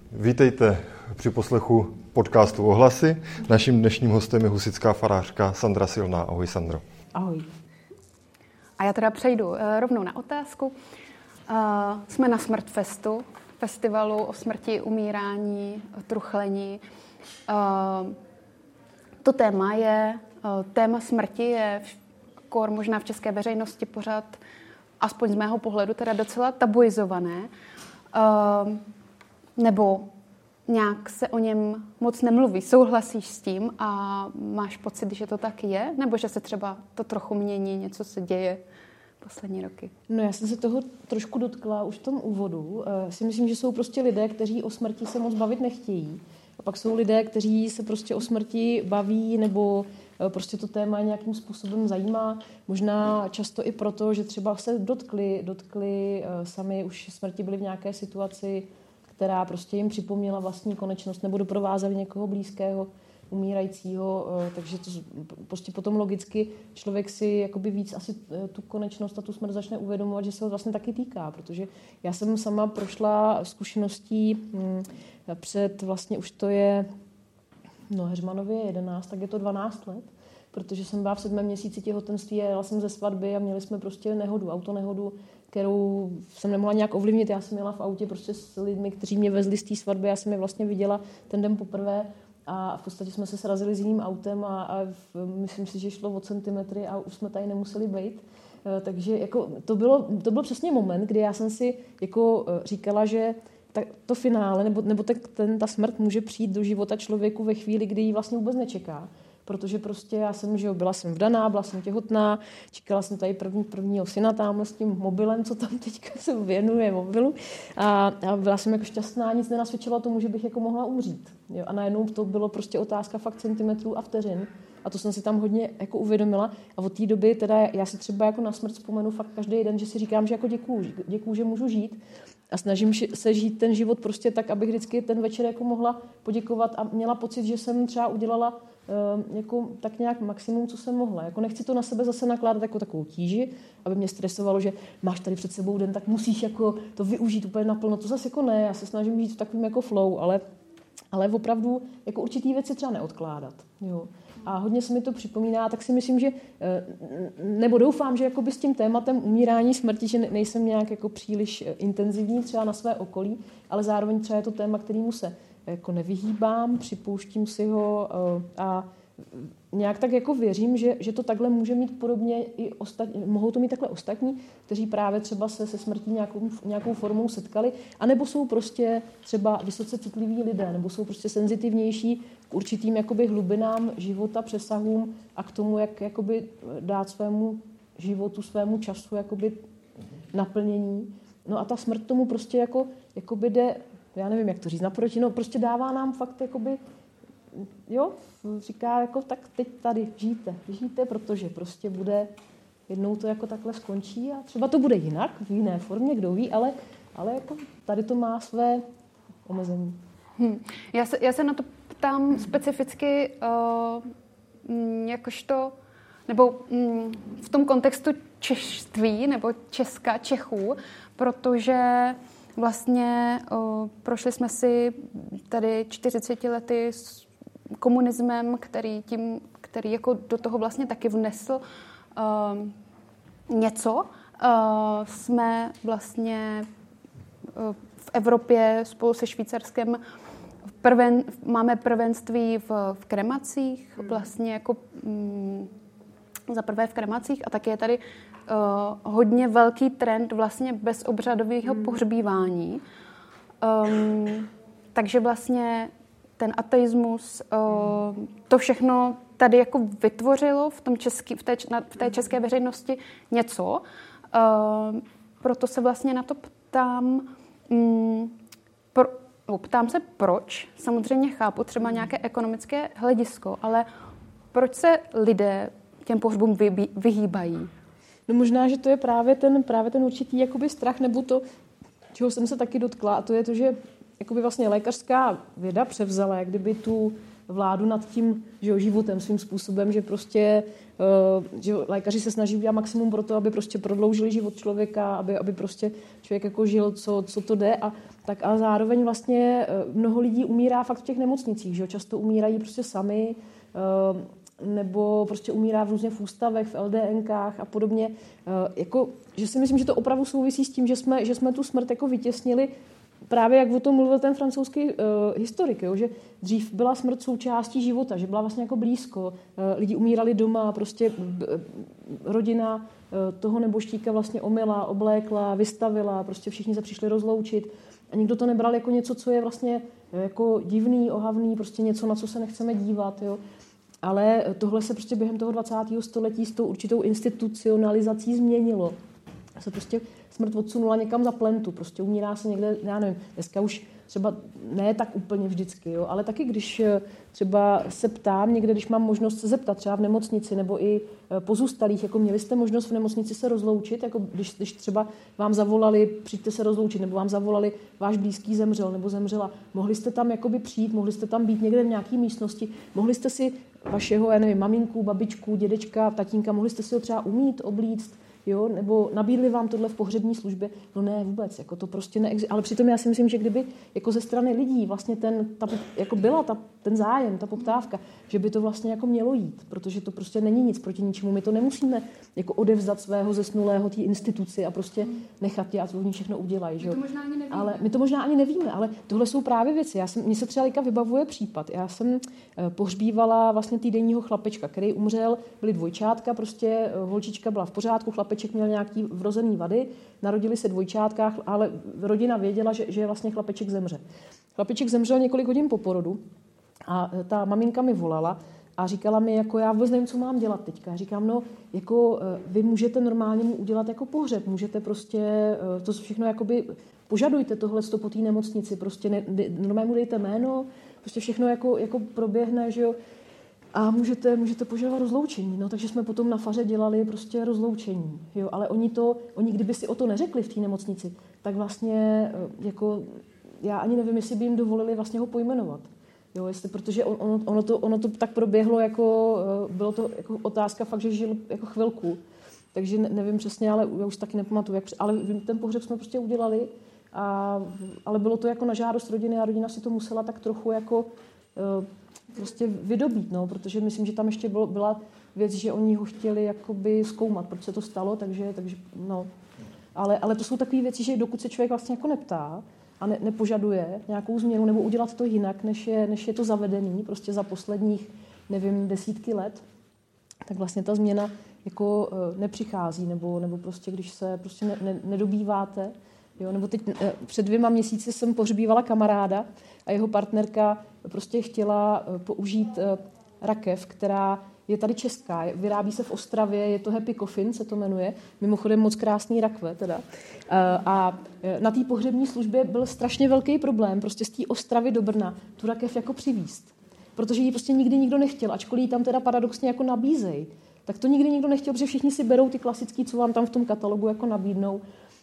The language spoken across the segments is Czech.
Vítejte při poslechu podcastu Ohlasy. Naším dnešním hostem je husitská farářka Sandra Silná. Ahoj, Sandro. Ahoj. A já teda přejdu rovnou na otázku. Jsme na Smrtfestu, festivalu o smrti, umírání, truchlení. To téma smrti je možná v české veřejnosti pořád, aspoň z mého pohledu, teda docela tabuizované. Nebo nějak se o něm moc nemluví. Souhlasíš s tím a máš pocit, že to tak je? Nebo že se třeba to trochu mění, něco se děje poslední roky? No, já jsem se toho trošku dotkla už v tom úvodu. Si myslím, že jsou prostě lidé, kteří o smrti se moc bavit nechtějí. A pak jsou lidé, kteří se prostě o smrti baví nebo prostě to téma nějakým způsobem zajímá. Možná často i proto, že třeba se dotkli sami už smrti, byli v nějaké situaci, která prostě jim připomněla vlastní konečnost nebo doprovázeli někoho blízkého, umírajícího, takže to prostě potom logicky člověk si jakoby víc asi tu konečnost a tu smrt začne uvědomovat, že se ho vlastně taky týká, protože já jsem sama prošla zkušeností před vlastně už to je Heřmanově 11, tak je to 12 let, protože jsem byla v 7. měsíci těhotenství a jela jsem ze svatby a měli jsme prostě autonehodu, kterou jsem nemohla nějak ovlivnit. Já jsem jela v autě prostě s lidmi, kteří mě vezli z té svatby. Já jsem je vlastně viděla ten den poprvé a v podstatě jsme se srazili s jiným autem a myslím si, že šlo o centimetry a už jsme tady nemuseli být. Takže jako to byl přesně moment, kdy já jsem si jako říkala, že to finále nebo ta smrt může přijít do života člověku ve chvíli, kdy ji vlastně vůbec nečeká. Protože prostě já jsem, byla jsem vdaná, byla jsem těhotná, čekala jsem tady prvního syna tamhle s tím mobilem, co tam teďka se věnuje mobilu a byla jsem jako šťastná, nic nenasvědčilo tomu, že bych jako mohla umřít. Jo? A najednou to bylo prostě otázka fakt centimetrů a vteřin a to jsem si tam hodně jako uvědomila a od té doby teda já si třeba jako na smrt vzpomenu fakt každý den, že si říkám, že jako děkuju, že můžu žít a snažím se žít ten život prostě tak, abych vždycky ten večer jako mohla poděkovat a měla pocit, že jsem třeba udělala jako tak nějak maximum, co jsem mohla. Jako nechci to na sebe zase nakládat jako takovou tíži, aby mě stresovalo, že máš tady před sebou den, tak musíš jako to využít úplně naplno. To zase jako ne, já se snažím žít v takovým jako flow, ale opravdu jako určitý věci třeba neodkládat. Jo. A hodně se mi to připomíná, tak si myslím, že nebo doufám, že jakoby s tím tématem umírání, smrti, že nejsem nějak jako příliš intenzivní třeba na své okolí, ale zároveň třeba je to téma, kterému se jako nevyhýbám, připouštím si ho a nějak tak jako věřím, že to takhle může mít podobně i ostatní, mohou to mít takhle ostatní, kteří právě třeba se smrtí nějakou formou setkali, anebo jsou prostě třeba vysoce citliví lidé, nebo jsou prostě senzitivnější k určitým jakoby hlubinám života, přesahům a k tomu, jak jakoby dát svému životu, svému času jakoby naplnění. No a ta smrt tomu prostě jakoby jde, já nevím, jak to říct, naproti, no prostě dává nám fakt jakoby, jo, říká jako tak teď tady žijte, protože prostě bude, jednou to jako takhle skončí a třeba to bude jinak, v jiné formě, kdo ví, ale jako tady to má své omezení. Já se na to ptám specificky jakožto, nebo v tom kontextu češství nebo Čechů, protože vlastně prošli jsme si tady 40 lety s komunismem, který jako do toho vlastně taky vnesl něco. Jsme vlastně v Evropě spolu se Švýcarskem máme prvenství v kremacích, vlastně jako za prvé v kremacích a taky je tady hodně velký trend vlastně bezobřadového pohřbívání. Takže vlastně ten ateismus, to všechno tady jako vytvořilo v té české veřejnosti něco. Proto se vlastně na to ptám, ptám se proč. Samozřejmě chápu třeba nějaké ekonomické hledisko, ale proč se lidé těm pohřbům vyhýbají? No možná, že to je právě ten určitý jakoby strach, nebo to, čeho jsem se taky dotkla, a to je to, že jakoby vlastně lékařská věda převzala jak kdyby tu vládu nad tím, že životem svým způsobem, že prostě že lékaři se snaží udělat maximum pro to, aby prostě prodloužili život člověka, aby prostě člověk jako žil, co to jde a zároveň vlastně mnoho lidí umírá fakt v těch nemocnicích, že často umírají prostě sami, nebo prostě umírá v různých ústavech, v LDNkách a podobně. Jako, že si myslím, že to opravdu souvisí s tím, že jsme tu smrt jako vytěsnili právě jak o tom mluvil ten francouzský historik, jo, že dřív byla smrt součástí života, že byla vlastně jako blízko. Lidi umírali doma, prostě rodina toho neboštíka vlastně omyla, oblékla, vystavila, prostě všichni se přišli rozloučit a nikdo to nebral jako něco, co je vlastně jako divný, ohavný, prostě něco, na co se nechceme dívat, jo. Ale tohle se prostě během toho 20. století s tou určitou institucionalizací změnilo. Se prostě smrt odsunula někam za plentu, prostě umírá se někde, já nevím, dneska už třeba ne tak úplně vždycky, jo, ale taky když třeba se ptám někde, když mám možnost se zeptat třeba v nemocnici nebo i pozůstalých, jako měli jste možnost v nemocnici se rozloučit, jako když třeba vám zavolali, přijďte se rozloučit, nebo vám zavolali, váš blízký zemřel nebo zemřela, mohli jste tam jakoby přijít, mohli jste tam být někde v nějaké místnosti, mohli jste si vašeho, já nevím, maminku, babičku, dědečka, tatínka, mohli jste si ho třeba umýt, oblíct, jo, nebo nabídli vám tohle v pohřební službě, no ne, vůbec, jako to prostě neexistuje. Ale přitom já si myslím, že kdyby jako ze strany lidí vlastně ten zájem, ta poptávka, že by to vlastně jako mělo jít, protože to prostě není nic proti ničemu, my to nemusíme jako odevzdat svého zesnulého té instituci a prostě nechat je, a to oni všechno udělají, že jo. My to možná ani nevíme, ale tohle jsou právě věci. Mně se třeba vybavuje případ. Já jsem pohřbívala vlastně týdenního chlapečka, který umřel, byly dvojčátka, prostě holčička byla v pořádku, chlapeček měl nějaký vrozený vady, narodili se dvojčátka, ale rodina věděla, že vlastně chlapeček zemře. Chlapeček zemřel několik hodin po porodu a ta maminka mi volala a říkala mi, jako já vůbec nevím, co mám dělat teďka. Já říkám, no, jako vy můžete normálně mu udělat jako pohřeb, můžete prostě to všechno jakoby požadujte tohle po té nemocnici, prostě normálně mu dejte jméno, prostě všechno jako proběhne, že jo. A můžete požadovat rozloučení. No, takže jsme potom na faře dělali prostě rozloučení. Jo, ale oni kdyby si o to neřekli v té nemocnici, tak vlastně jako já ani nevím, jestli by jim dovolili vlastně ho pojmenovat. Jo, protože ono to tak proběhlo, jako bylo to jako otázka fakt, že žil jako chvilku. Takže nevím přesně, ale já už taky nepamatuju, ale ten pohřeb jsme prostě udělali, ale bylo to jako na žádost rodiny a rodina si to musela tak trochu jako prostě vydobít, no, protože myslím, že tam ještě byla věc, že oni ho chtěli jakoby zkoumat, proč se to stalo, takže no. Ale to jsou takové věci, že dokud se člověk vlastně jako neptá a nepožaduje nějakou změnu nebo udělat to jinak, než je to zavedený prostě za posledních, nevím, desítky let, tak vlastně ta změna jako nepřichází, nebo prostě když se prostě nedobýváte. Jo, nebo teď před 2 měsíci jsem pohřbívala kamaráda a jeho partnerka prostě chtěla použít rakev, která je tady česká, vyrábí se v Ostravě, je to Happy Coffin, se to jmenuje, mimochodem moc krásný rakve teda. A na té pohřební službě byl strašně velký problém prostě z té Ostravy do Brna tu rakev jako přivízt, protože ji prostě nikdy nikdo nechtěl, ačkoliv ji tam teda paradoxně jako nabízejí. Tak to nikdy nikdo nechtěl, protože všichni si berou ty klasický, co vám tam v tom katalogu jako nabídnou.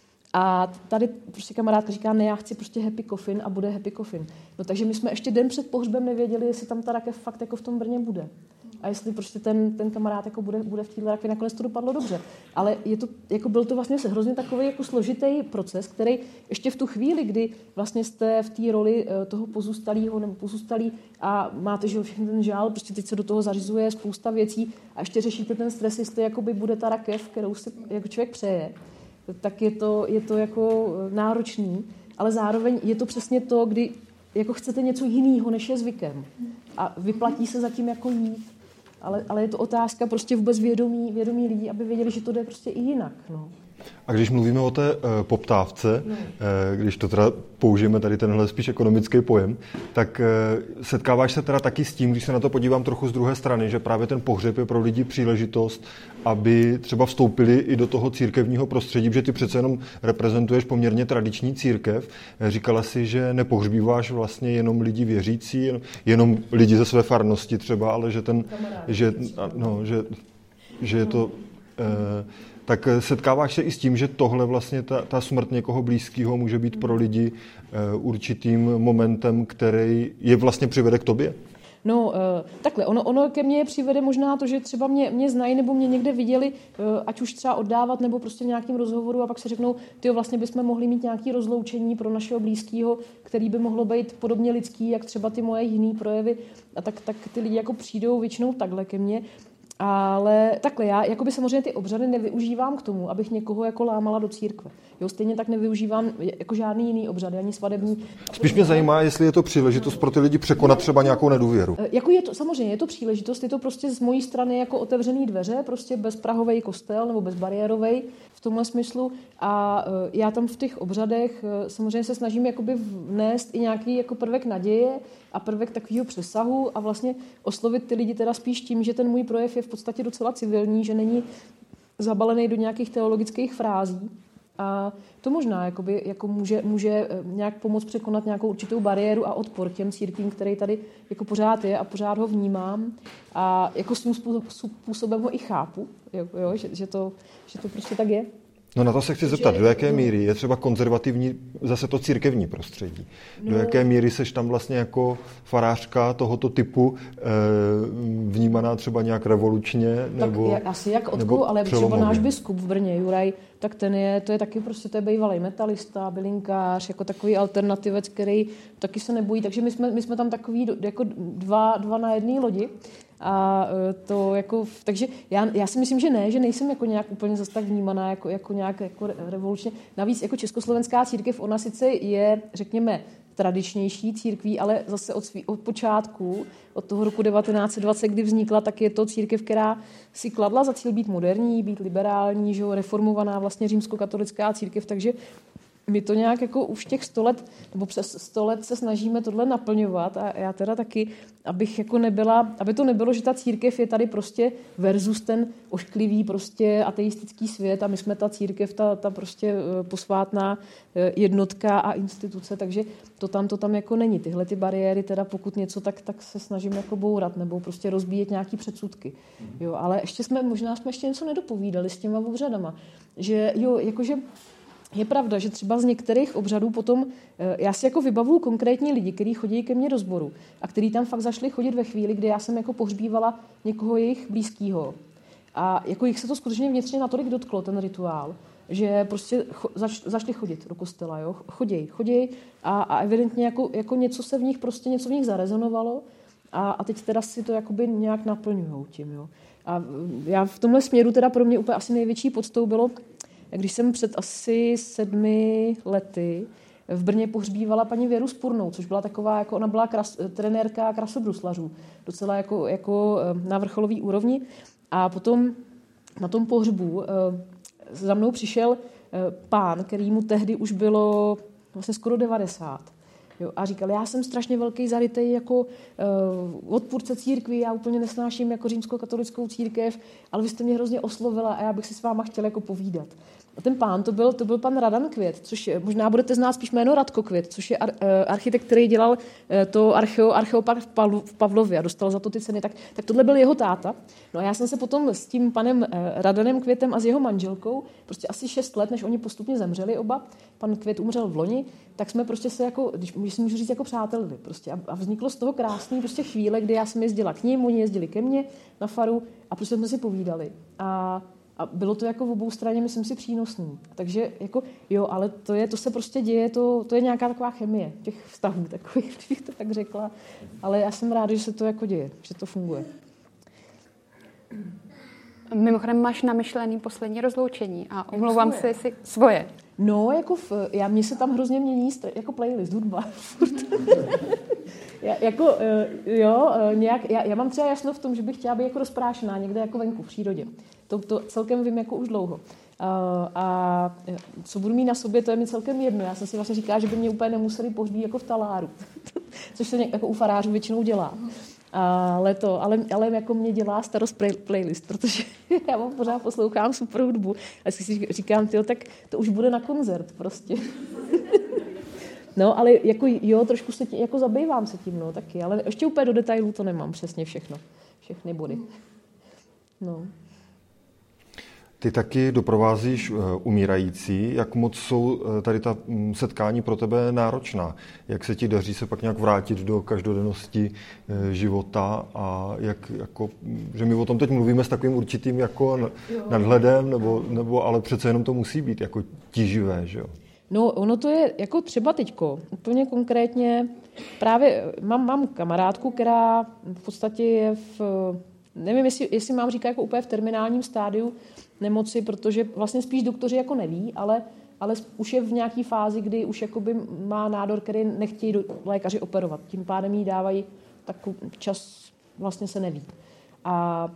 A tady prostě kamarádka říká, ne, já chci prostě Happy Coffin a bude Happy Coffin. No takže my jsme ještě den před pohřbem nevěděli, jestli tam ta rakev fakt jako v tom Brně bude. A jestli prostě ten kamarád jako bude v této rakvi, nakonec to dopadlo dobře. Ale byl to vlastně hrozně takový jako složitý proces, který ještě v tu chvíli, kdy vlastně jste v té roli toho pozůstalého nebo pozůstalý a máte, že všechny ten žál, prostě teď se do toho zařizuje spousta věcí a ještě řešíte ten stres, jestli jakoby bude ta rakev, kterou si jako člověk přeje, tak je to jako náročný, ale zároveň je to přesně to, kdy jako chcete něco jiného, než je zvykem. A vyplatí se zatím jako jít. Ale je to otázka prostě vůbec vědomí lidí, aby věděli, že to jde prostě i jinak. No. A když mluvíme o té poptávce, když to teda použijeme tady tenhle spíš ekonomický pojem, tak setkáváš se teda taky s tím, když se na to podívám trochu z druhé strany, že právě ten pohřeb je pro lidi příležitost, aby třeba vstoupili i do toho církevního prostředí, protože ty přece jenom reprezentuješ poměrně tradiční církev. Říkala si, že nepohřbíváš vlastně jenom lidi věřící, jenom lidi ze své farnosti třeba, ale že je to... Tak setkáváš se i s tím, že tohle vlastně ta smrt někoho blízkého může být pro lidi určitým momentem, který je vlastně přivede k tobě? No, takhle, ono ke mně přivede možná to, že třeba mě znají nebo mě někde viděli, ať už třeba oddávat nebo prostě v nějakém rozhovoru a pak se řeknou, tyjo, vlastně bychom mohli mít nějaké rozloučení pro našeho blízkého, který by mohlo být podobně lidský, jak třeba ty moje jiné projevy. A tak ty lidi jako přijdou většinou takhle ke mně. Ale takhle, já jakoby samozřejmě ty obřady nevyužívám k tomu, abych někoho jako lámala do církve. Jo, stejně tak nevyužívám jako žádný jiný obřady, ani svadební. Spíš mě zajímá, jestli je to příležitost pro ty lidi překonat třeba nějakou nedůvěru. Jako je to, samozřejmě je to příležitost, je to prostě z mojí strany jako otevřený dveře, prostě bezprahovej kostel nebo bezbariérovej v tomhle smyslu. A já tam v těch obřadech samozřejmě se snažím jakoby vnést i nějaký jako prvek naděje a prvek takového přesahu a vlastně oslovit ty lidi teda spíš tím, že ten můj projev je v podstatě docela civilní, že není zabalený do nějakých teologických frází. A to možná jakoby, jako může nějak pomoct překonat nějakou určitou bariéru a odpor těm církvím, který tady jako pořád je a pořád ho vnímám. A jako svým způsobem ho i chápu, jo, že to prostě tak je. No na to se chci zeptat, do jaké míry je třeba konzervativní zase to církevní prostředí? Do jaké míry seš tam vlastně jako farářka tohoto typu vnímaná třeba nějak revolučně? Nebo, tak asi jak odkud, ale třeba náš biskup v Brně, Juraj, tak to je taky prostě, to je bývalý metalista, bylinkář, jako takový alternativec, který taky se nebojí, takže my jsme tam takový jako dva na jedné lodi. A to jako, takže já si myslím, že ne, že nejsem jako nějak úplně zase tak vnímaná jako nějak jako revolučně. Navíc jako československá církev, ona sice je, řekněme, tradičnější církví, ale zase od počátku, od toho roku 1920, kdy vznikla, tak je to církev, která si kladla za cíl být moderní, být liberální, že jo, reformovaná vlastně římskokatolická církev, takže my to nějak jako už těch 100 let, nebo přes 100 let se snažíme tohle naplňovat a já teda taky, abych jako nebyla, aby to nebylo, že ta církev je tady prostě versus ten ošklivý prostě ateistický svět a my jsme ta církev, ta prostě posvátná jednotka a instituce, takže to tam jako není. Tyhle ty bariéry teda pokud něco, tak se snažím jako bourat nebo prostě rozbíjet nějaký předsudky. Jo, ale možná jsme ještě něco nedopovídali s těma obřadama, že jo, jakože je pravda, že třeba z některých obřadů potom, já si jako vybavuju konkrétní lidi, kteří chodí ke mně do sboru a kteří tam fakt zašli chodit ve chvíli, kdy já jsem jako pohřbívala někoho jejich blízkýho. A jako jich se to skutečně vnitřně natolik dotklo, ten rituál, že prostě zašli chodit do kostela, jo? Choděj a evidentně jako něco se v nich prostě, něco v nich zarezonovalo a teď teda si to jakoby nějak naplňujou tím, jo. A já v tomhle směru teda pro mě úplně asi největší podstou bylo, když jsem před asi 7 lety v Brně pohřbívala paní Věru Spurnou, což byla taková, jako ona byla trenérka krasobruslařů, docela jako na vrcholový úrovni. A potom na tom pohřbu za mnou přišel pán, který mu tehdy už bylo vlastně skoro 90. Jo, a říkal, já jsem strašně velký zarytej jako odpůrce církví, já úplně nesnáším jako římskokatolickou církev, ale vy jste mě hrozně oslovila a já bych si s váma chtěl jako povídat. A ten pán, to byl pan Radan Květ, což možná budete znát spíš jméno Radko Květ, což je architekt, který dělal to archeopark v Pavlově a dostal za to ty ceny. Tak tohle byl jeho táta. No a já jsem se potom s tím panem Radanem Květem a s jeho manželkou, prostě asi 6 let, než oni postupně zemřeli oba, pan Květ umřel v loni, tak jsme prostě se jako, když si můžu říct, jako přátelili prostě. A vzniklo z toho krásný prostě chvíle, kdy já jsem jezdila k nim, oni jezdili ke mně na faru a prostě jsme si povídali. A bylo to jako v obou straně, myslím si, přínosný. Takže jako, jo, ale to se prostě děje, to je nějaká taková chemie těch vztahů, takových, bych to tak řekla. Ale já jsem ráda, že se to jako děje, že to funguje. Mimochodem máš namyšlený poslední rozloučení a omlouvám se, jestli svoje. No, jako mně se tam hrozně mění jako playlist, hudba. Já mám třeba jasno v tom, že bych chtěla být jako rozprášená někde jako venku v přírodě. To celkem vím jako už dlouho. A co budu mít na sobě, to je mi celkem jedno. Já jsem si vlastně říkala, že by mě úplně nemuseli pohřbít jako v taláru. Což se jako u farářů většinou dělá. Ale jako mě dělá starost playlist, protože já pořád poslouchám super hudbu. A si říkám, tak to už bude na koncert prostě. No, ale jako jo, trošku se jako zabývám se tím, no, taky. Ale ještě úplně do detailů to nemám přesně všechno. Všechny body. No. Ty taky doprovázíš umírající. Jak moc jsou tady ta setkání pro tebe náročná? Jak se ti daří se pak nějak vrátit do každodennosti života a že my o tom teď mluvíme s takovým určitým jako nadhledem, nebo ale přece jenom to musí být jako tíživé, že jo? No, ono to je jako třeba teďko, úplně konkrétně, právě mám kamarádku, která v podstatě je nevím, jestli mám říkat jako úplně v terminálním stádiu nemoci, protože vlastně spíš doktoři jako neví, ale už je v nějaké fázi, kdy už jakoby má nádor, který nechtějí lékaři operovat. Tím pádem jí dávají takový čas, vlastně se neví. A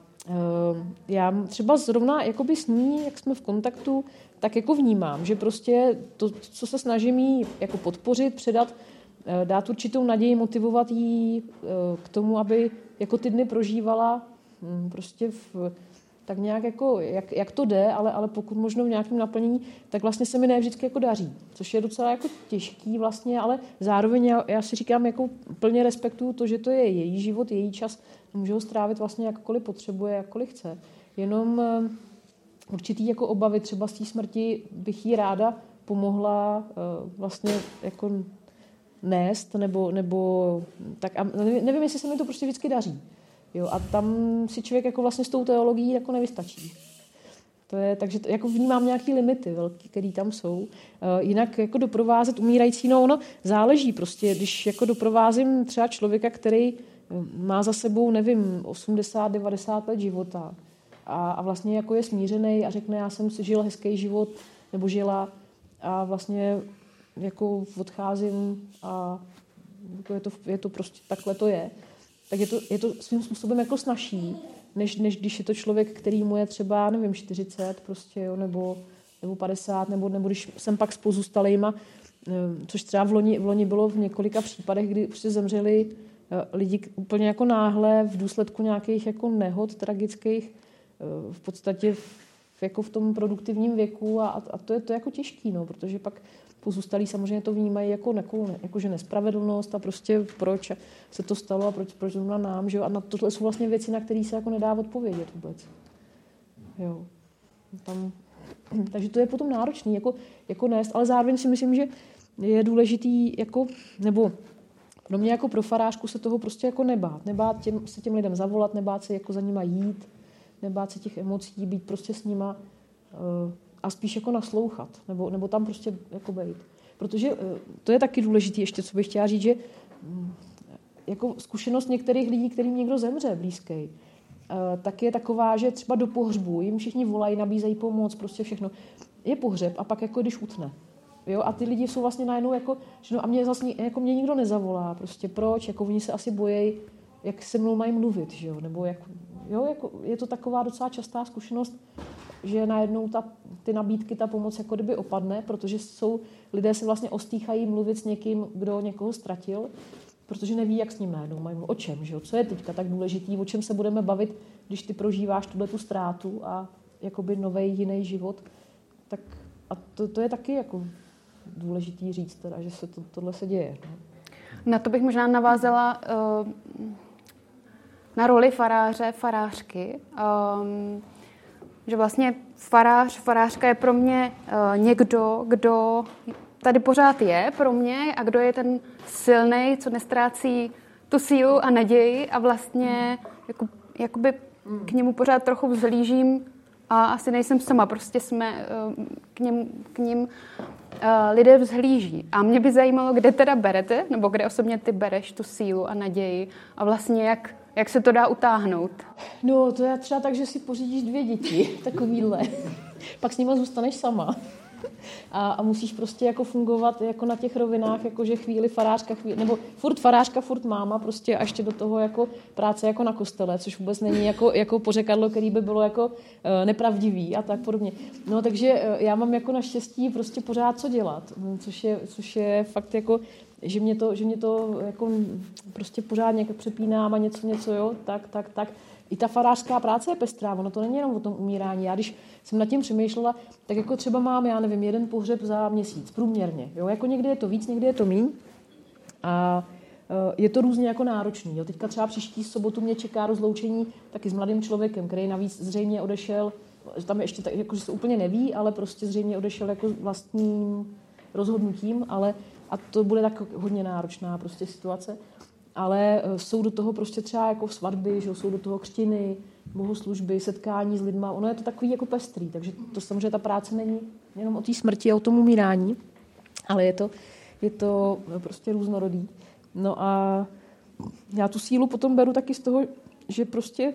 já třeba zrovna jakoby s ní, jak jsme v kontaktu, tak jako vnímám, že prostě to, co se snažím jí jako podpořit, předat, dát určitou naději, motivovat jí k tomu, aby jako ty dny prožívala prostě tak nějak jako, jak to jde, ale pokud možno v nějakém naplnění, tak vlastně se mi ne vždycky jako daří, což je docela jako těžký vlastně, ale zároveň já si říkám, jako plně respektuju to, že to je její život, její čas, může ho strávit vlastně jakkoliv potřebuje, jakkoliv chce. Jenom určitý jako obavy třeba z té smrti bych jí ráda pomohla vlastně jako nést, nebo tak a nevím, jestli se mi to prostě vždycky daří. Jo, a tam si člověk jako vlastně s tou teologií jako nevystačí. Takže jako vnímám nějaký limity velký, které tam jsou. Jinak jako doprovázet umírající, no ono záleží prostě, když jako doprovázím třeba člověka, který má za sebou, nevím, 80-90 let života a vlastně jako je smířený a řekne, já jsem si žil hezký život, nebo žila a vlastně jako odcházím a jako je to prostě takhle to je. Tak je to svým způsobem jako snazší, než když je to člověk, který mu je třeba, nevím, 40 prostě, jo, nebo 50, nebo když jsem pak s pozůstalejma, což třeba v loni bylo v několika případech, kdy prostě zemřeli lidi úplně jako náhle v důsledku nějakých jako nehod tragických, v podstatě jako v tom produktivním věku a to je jako těžký, no, protože pak pozůstalí samozřejmě to vnímají jako že nespravedlnost a prostě proč se to stalo a proč zrovna nám, že jo? A na tohle jsou vlastně věci, na které se jako nedá odpovědět vůbec. Jo. Takže to je potom náročný, jako nést, ale zároveň si myslím, že je důležitý, nebo pro mě jako pro farářku se toho prostě jako nebát se těm lidem zavolat, nebát se jako za nima jít, nebát se těch emocí, být prostě s nima a spíš jako naslouchat, nebo tam prostě jako bejt. Protože to je taky důležité ještě, co bych chtěla říct, že jako zkušenost některých lidí, kterým někdo zemře blízký, tak je taková, že třeba do pohřbu jim všichni volají, nabízejí pomoc, prostě všechno. Je pohřeb a pak jako když utne. Jo? A ty lidi jsou vlastně najednou jako, že no a mě zase jako mě nikdo nezavolá, prostě proč, jako oni se asi bojí, jak se mnou mají mluvit, že jo, nebo jako je to taková docela častá zkušenost, že najednou ty nabídky, ta pomoc jako kdyby opadne, protože lidé se vlastně ostýchají mluvit s někým, kdo někoho ztratil, protože neví, jak s ním najednou mají mluvit. O čem, že jo? Co je teďka tak důležitý, o čem se budeme bavit, když ty prožíváš tu ztrátu a jakoby novej jiný život. Tak a to je taky jako důležitý říct, teda, že se tohle se děje. No. Na to bych možná navázala na roli faráře, farářky. Že vlastně farářka je pro mě někdo, kdo tady pořád je pro mě a kdo je ten silnej, co nestrácí tu sílu a naději a vlastně jakoby k němu pořád trochu vzhlížím a asi nejsem sama, prostě jsme k ním lidé vzhlíží. A mě by zajímalo, kde teda berete, nebo kde osobně ty bereš tu sílu a naději a vlastně jak se to dá utáhnout? No, to je třeba tak, že si pořídíš 2 děti, takovýhle. Pak s nima zůstaneš sama. A musíš prostě jako fungovat jako na těch rovinách, jako že chvíli farářka, nebo furt farářka, furt máma, prostě a ještě do toho jako práce jako na kostele, což vůbec není jako pořekadlo, který by bylo jako nepravdivý a tak podobně. No, takže já mám jako naštěstí prostě pořád co dělat, což je fakt jako, že mě to jako prostě pořád nějak přepínám a něco, jo, tak. I ta farářská práce je pestrá, ono to není jenom o tom umírání. Já když jsem nad tím přemýšlela, tak jako třeba mám, já nevím, 1 pohřeb za měsíc, průměrně. Jo? Jako někdy je to víc, někdy je to míň. A je to různě jako náročný. Jo? Teďka třeba příští sobotu mě čeká rozloučení taky s mladým člověkem, který navíc zřejmě odešel tam je ještě tak, jako, že se úplně neví, ale prostě zřejmě odešel jako vlastním rozhodnutím, a to bude tak hodně náročná prostě situace. Ale jsou do toho prostě třeba jako svatby, že jsou do toho křtiny, bohoslužby, setkání s lidma. Ono je to takový jako pestrý, takže to samozřejmě ta práce není jenom o té smrti a o tom umírání, ale je to prostě různorodý. No a já tu sílu potom beru taky z toho, že prostě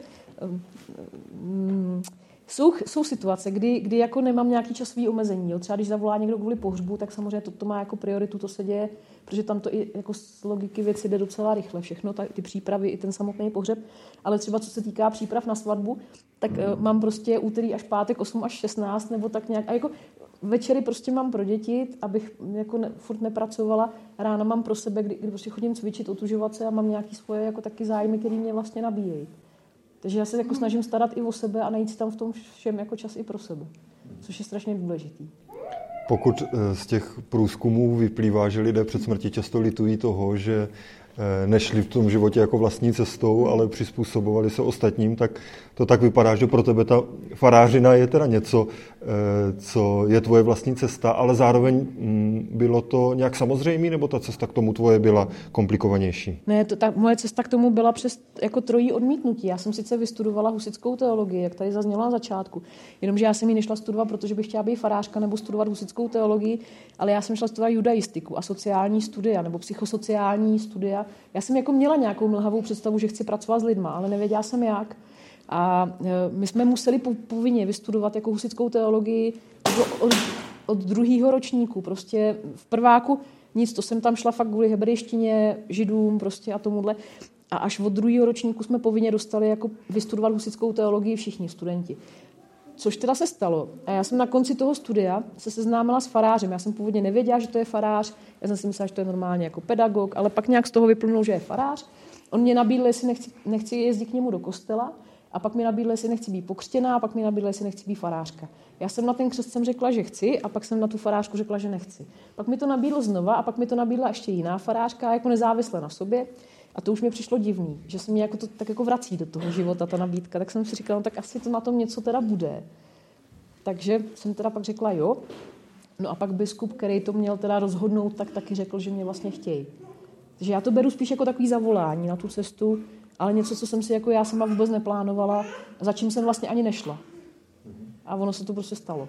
jsou situace, kdy jako nemám nějaký časový omezení. Jo. Třeba když zavolá někdo kvůli pohřbu, tak samozřejmě to má jako prioritu, to se děje, protože tam to i jako z logiky věci jde docela rychle. Všechno, ty přípravy, i ten samotný pohřeb. Ale třeba co se týká příprav na svatbu, tak mám prostě úterý až pátek 8 až 16, nebo tak nějak. A jako večery prostě mám pro děti, abych jako furt nepracovala. Rána mám pro sebe, kdy prostě chodím cvičit, otužovat se a mám nějaký svoje jako taky zájmy, které mě vlastně nabíjejí. Takže já se jako snažím starat i o sebe a najít si tam v tom všem jako čas i pro sebe, což je strašně důležitý. Pokud z těch průzkumů vyplývá, že lidé před smrtí často litují toho, že nešli v tom životě jako vlastní cestou, ale přizpůsobovali se ostatním, tak to tak vypadá, že pro tebe ta farářina je teda něco, co je tvoje vlastní cesta, ale zároveň bylo to nějak samozřejmé, nebo ta cesta k tomu tvoje byla komplikovanější? Ne, moje cesta k tomu byla přes jako trojí odmítnutí. Já jsem sice vystudovala husitskou teologii, jak tady zaznělo na začátku, jenomže já jsem ji nešla studovat, protože bych chtěla být farářka nebo studovat husitskou teologii, ale já jsem šla studovat judaistiku a sociální studia nebo psychosociální studia. Já jsem jako měla nějakou mlhavou představu, že chci pracovat s lidma, ale nevěděla jsem jak. A my jsme museli povinně vystudovat jako husitskou teologii od druhého ročníku. Prostě v prváku nic, to jsem tam šla fakt kvůli hebrejštině, židům prostě a tomuhle. A až od druhého ročníku jsme povinně dostali jako vystudovat husitskou teologii všichni studenti. Což teda se stalo. A já jsem na konci toho studia se seznámila s farářem. Já jsem původně nevěděla, že to je farář. Já jsem si myslela, že to je normálně jako pedagog, ale pak nějak z toho vyplnul, že je farář. On mě nabídl, jestli nechci jezdit k němu do kostela, a pak mi nabídl, jestli nechci být pokřtěná, a pak mi nabídl, jestli nechci být farářka. Já jsem na ten křest jsem řekla, že chci, a pak jsem na tu farářku řekla, že nechci. Pak mi to nabídl znova, a pak mi to nabídla ještě jiná farářka, jako nezávisle na sobě. A to už mi přišlo divný, že se mi jako to tak jako vrací do toho života, ta nabídka. Tak jsem si říkala, no, tak asi to na tom něco teda bude. Takže jsem teda pak řekla jo. No a pak biskup, který to měl teda rozhodnout, tak taky řekl, že mě vlastně chtějí. Takže já to beru spíš jako takový zavolání na tu cestu, ale něco, co jsem si jako já sama vůbec neplánovala, za čím jsem vlastně ani nešla. A ono se to prostě stalo.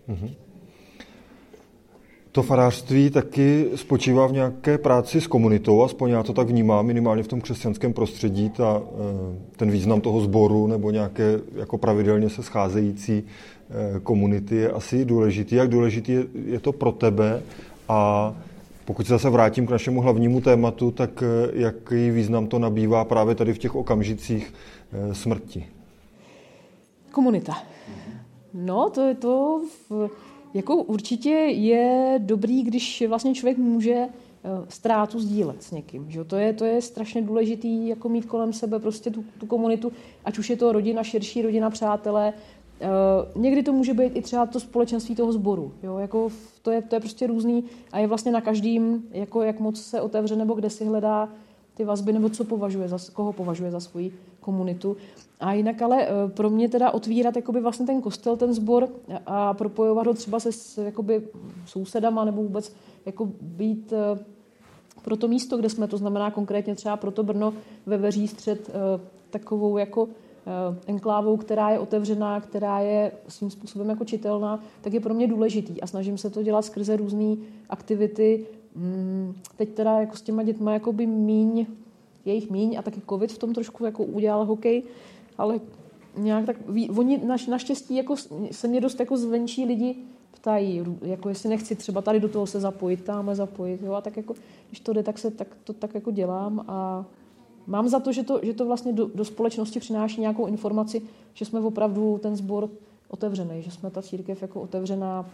To farářství taky spočívá v nějaké práci s komunitou, aspoň já to tak vnímám, minimálně v tom křesťanském prostředí, ten význam toho sboru nebo nějaké jako pravidelně se scházející komunity je asi důležitý. Jak důležitý je to pro tebe? A pokud se zase vrátím k našemu hlavnímu tématu, tak jaký význam to nabývá právě tady v těch okamžicích smrti? Komunita. No, to jako určitě je dobrý, když vlastně člověk může ztrátu sdílet s někým. Že? To je strašně důležitý, jako mít kolem sebe prostě tu komunitu, ať už je to rodina, širší rodina, přátelé. Někdy to může být i třeba to společenství toho sboru. Jo? Jako to je prostě různý a je vlastně na každým, jako jak moc se otevře nebo kde si hledá ty vazby nebo koho považuje za svoji komunitu. A jinak ale pro mě teda otvírat jakoby vlastně ten kostel, ten sbor a propojovat ho třeba se jakoby sousedama nebo vůbec jako být pro to místo, kde jsme, to znamená konkrétně třeba pro to Brno ve Veří střed takovou jako enklávou, která je otevřená, která je svým způsobem jako čitelná, tak je pro mě důležitý a snažím se to dělat skrze různé aktivity. Teď teda jako s těma dětma jakoby je jich míň a taky covid v tom trošku jako udělal hokej, ale nějak tak, oni naštěstí jako se mě dost jako zvenčí lidi ptají, jako jestli nechci třeba tady do toho se zapojit, tamhle zapojit, jo, a tak jako, když to jde, tak to tak jako dělám a mám za to, že to vlastně do společnosti přináší nějakou informaci, že jsme opravdu ten sbor otevřený, že jsme ta církev jako otevřená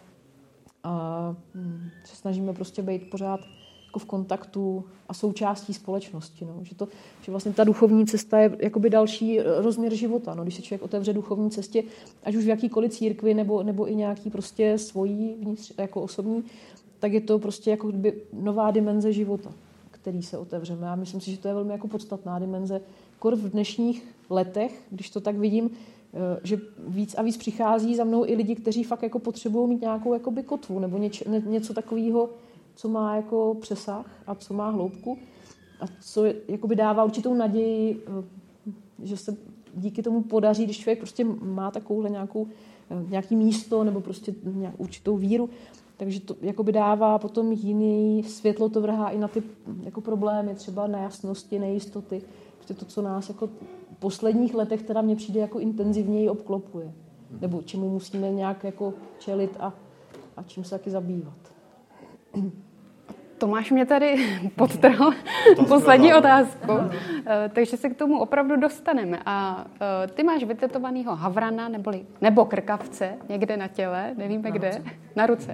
a se snažíme prostě být pořád jako v kontaktu a součástí společnosti. No. Že vlastně ta duchovní cesta je jakoby další rozměr života. No. Když se člověk otevře duchovní cestě, ať už v jakýkoliv církvi nebo i nějaký prostě svojí vnitř, jako osobní, tak je to prostě jako nová dimenze života, který se otevřeme. Já myslím si, že to je velmi jako podstatná dimenze. Kor v dnešních letech, když to tak vidím, že víc a víc přichází za mnou i lidi, kteří fakt jako potřebují mít nějakou jakoby kotvu nebo něco takového, co má jako přesah a co má hloubku a co jakoby dává určitou naději, že se díky tomu podaří, když člověk prostě má takovouhle nějaký místo nebo prostě určitou víru, takže to jakoby dává potom jiný světlo, to vrhá i na ty jako problémy, třeba nejasnosti, nejistoty, prostě to, co nás jako v posledních letech teda mně přijde jako intenzivněji obklopuje, nebo čemu musíme nějak jako čelit a čím se taky zabývat. Tomáš mě tady podtrhl poslední otázku, takže se k tomu opravdu dostaneme. A ty máš vytetovanýho havrana nebo krkavce někde na těle, nevíme kde, na ruce.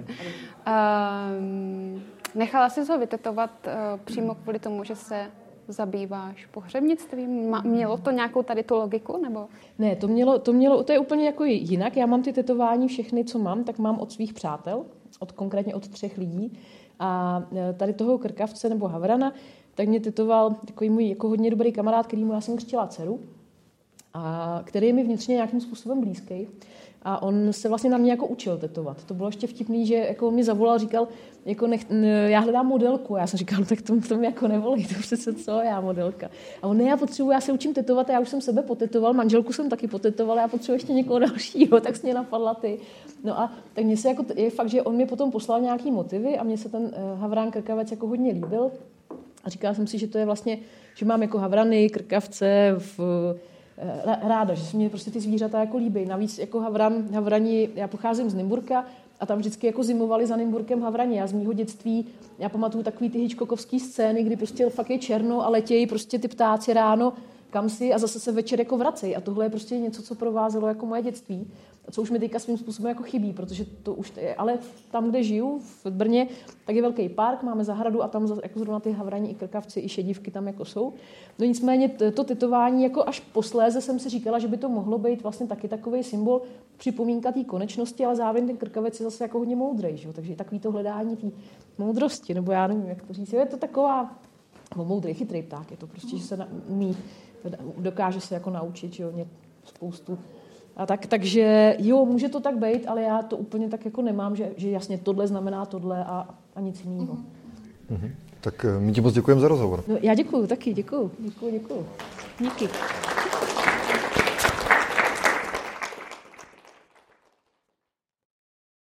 Nechala jsi ho vytetovat přímo kvůli tomu, že se zabýváš pohřebnictvím? Mělo to nějakou tady tu logiku? Nebo? Ne, to je úplně jako jinak. Já mám ty tetování všechny, co mám, tak mám od svých přátel, konkrétně od 3 lidí. A tady toho krkavce nebo havrana, tak mě tetoval takový můj jako hodně dobrý kamarád, kterýmu já jsem křtila dceru, a který je mi vnitřně nějakým způsobem blízký. A on se vlastně na mě jako učil tetovat. To bylo ještě vtipný, že jako mě zavolal, říkal, jako já hledám modelku. A já jsem říkal, tak to mi jako nevolí, to přece co, já modelka. A on, ne, já se učím tetovat, a já už jsem sebe potetoval, manželku jsem taky potetoval, já potřebuji ještě někoho dalšího, tak jsi mě napadla ty. No a tak mně se jako, je fakt, že on mě potom poslal nějaký motivy a mně se ten havrán krkavec jako hodně líbil. A říkala jsem si, že to je vlastně, že mám jako havrany, krkavce ráda, že se mě prostě ty zvířata jako líbí. Navíc jako havrani, já pocházím z Nymburka a tam vždycky jako zimovali za Nymburkem havrani. Já z mýho dětství, já pamatuju takový ty Hitchcockovský scény, kdy prostě fakt je černo a letějí prostě ty ptáci ráno kam si a zase se večer jako vracejí. A tohle je prostě něco, co provázelo jako moje dětství. A co už mi teďka svým způsobem jako chybí, protože to už je. Ale tam, kde žiju, v Brně, tak je velký park, máme zahradu a tam jako zrovna ty havrani i krkavci i šedívky tam jako jsou. No nicméně to tetování, jako až posléze jsem si říkala, že by to mohlo být vlastně taky takový symbol připomínka té konečnosti, ale zároveň ten krkavec je zase jako hodně moudrej, že? Takže takový to hledání té moudrosti, nebo já nevím, jak to říct. Je to taková moudrý, chytrý pták, je to prostě, že se umí, dokáže se jako naučit, že jo, spoustu. A takže jo, může to tak být, ale já to úplně tak jako nemám, že jasně tohle znamená tohle a nic jiného. Tak my ti moc děkujeme za rozhovor. No, já děkuju taky, děkuju. Díky.